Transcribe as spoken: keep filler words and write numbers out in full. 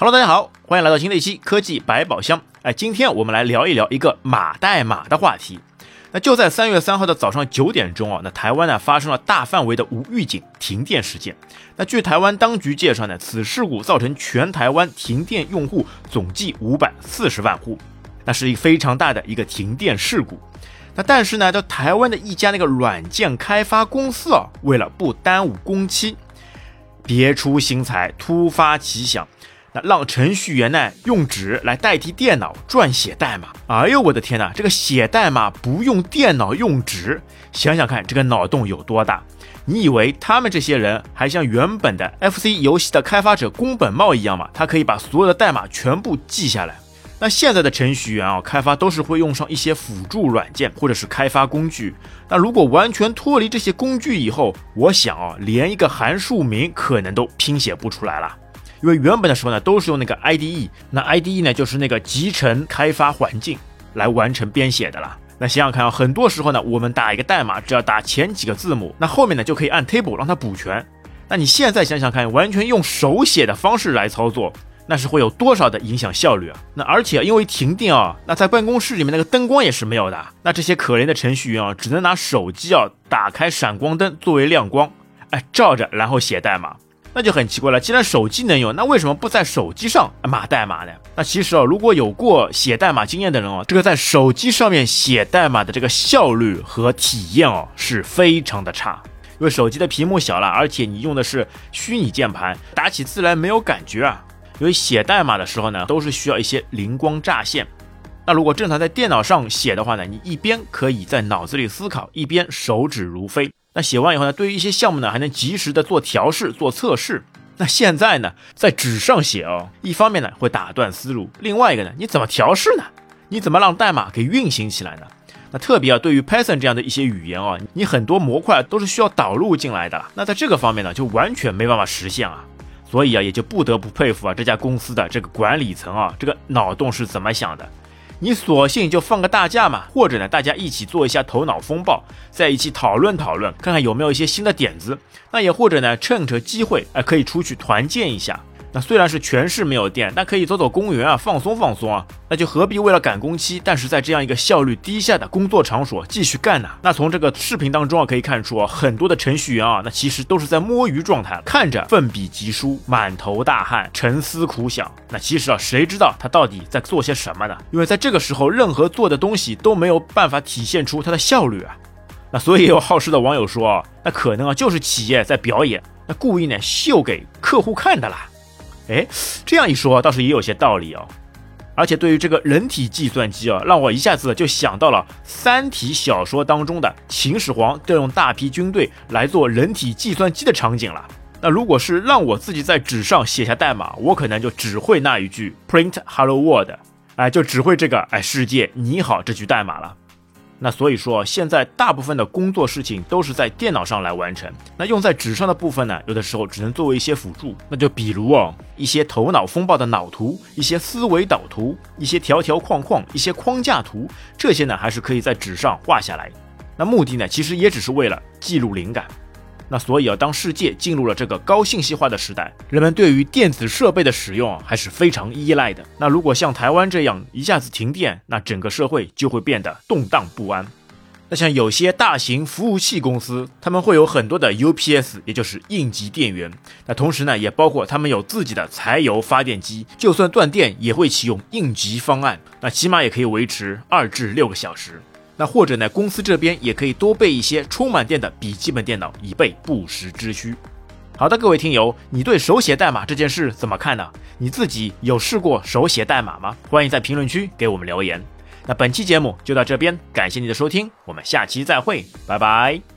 Hello， 大家好，欢迎来到新的一期科技百宝箱。哎，今天我们来聊一聊一个码代码的话题。那就在三月三号的早上九点钟啊，那台湾呢发生了大范围的无预警停电事件。那据台湾当局介绍呢，此事故造成全台湾停电用户总计五百四十万户，那是一个非常大的一个停电事故。那但是呢，在台湾的一家那个软件开发公司啊，为了不耽误工期，别出心裁，突发奇想。那让程序员呢用纸来代替电脑撰写代码。哎呦我的天哪，这个写代码不用电脑用纸，想想看这个脑洞有多大。你以为他们这些人还像原本的 F C 游戏的开发者宫本茂一样吗？他可以把所有的代码全部记下来。那现在的程序员啊，开发都是会用上一些辅助软件或者是开发工具。那如果完全脱离这些工具以后，我想啊，连一个函数名可能都拼写不出来了。因为原本的时候呢，都是用那个 I D E， 那 I D E 呢就是那个集成开发环境来完成编写的啦。那想想看啊，很多时候呢，我们打一个代码，只要打前几个字母，那后面呢就可以按 table 让它补全。那你现在想想看，完全用手写的方式来操作，那是会有多少的影响效率啊？那而且因为停电啊，那在办公室里面那个灯光也是没有的，那这些可怜的程序员啊，只能拿手机啊打开闪光灯作为亮光，哎，照着然后写代码。那就很奇怪了，既然手机能用，那为什么不在手机上码代码呢？那其实啊，如果有过写代码经验的人啊，这个在手机上面写代码的这个效率和体验哦、啊，是非常的差。因为手机的屏幕小了，而且你用的是虚拟键盘，打起字来没有感觉啊。因为写代码的时候呢，都是需要一些灵光乍现。那如果正常在电脑上写的话呢，你一边可以在脑子里思考，一边手指如飞。那写完以后呢，对于一些项目呢，还能及时的做调试、做测试。那现在呢，在纸上写哦，一方面呢会打断思路，另外一个呢，你怎么调试呢？你怎么让代码给运行起来呢？那特别啊，对于 Python 这样的一些语言哦，你很多模块都是需要导入进来的，那在这个方面呢，就完全没办法实现啊。所以啊，也就不得不佩服啊这家公司的这个管理层啊，这个脑洞是怎么想的？你索性就放个大假嘛，或者呢，大家一起做一下头脑风暴，在一起讨论讨论，看看有没有一些新的点子。那也或者呢，趁着机会，哎，可以出去团建一下。那虽然是全市没有电，但可以走走公园啊，放松放松啊。那就何必为了赶工期，但是在这样一个效率低下的工作场所继续干呢？那从这个视频当中啊，可以看出啊，很多的程序员啊，那其实都是在摸鱼状态，看着奋笔疾书，满头大汗，沉思苦想。那其实啊，谁知道他到底在做些什么呢？因为在这个时候，任何做的东西都没有办法体现出它的效率啊。那所以也有好事的网友说啊，那可能啊就是企业在表演，那故意呢秀给客户看的啦。哎，这样一说倒是也有些道理哦。而且对于这个人体计算机啊，让我一下子就想到了三体小说当中的秦始皇调用大批军队来做人体计算机的场景了。那如果是让我自己在纸上写下代码，我可能就只会那一句 print hello world， 哎，就只会这个哎世界你好这句代码了。那所以说，现在大部分的工作事情都是在电脑上来完成。那用在纸上的部分呢，有的时候只能作为一些辅助。那就比如哦，一些头脑风暴的脑图，一些思维导图，一些条条框框，一些框架图，这些呢还是可以在纸上画下来。那目的呢，其实也只是为了记录灵感。那所以啊，当世界进入了这个高信息化的时代，人们对于电子设备的使用啊，还是非常依赖的。那如果像台湾这样一下子停电，那整个社会就会变得动荡不安。那像有些大型服务器公司，他们会有很多的 U P S， 也就是应急电源。那同时呢，也包括他们有自己的柴油发电机，就算断电也会启用应急方案，那起码也可以维持二至六个小时。那或者呢，公司这边也可以多备一些充满电的笔记本电脑，以备不时之需。好的，各位听友，你对手写代码这件事怎么看呢？你自己有试过手写代码吗？欢迎在评论区给我们留言。那本期节目就到这边，感谢你的收听，我们下期再会，拜拜。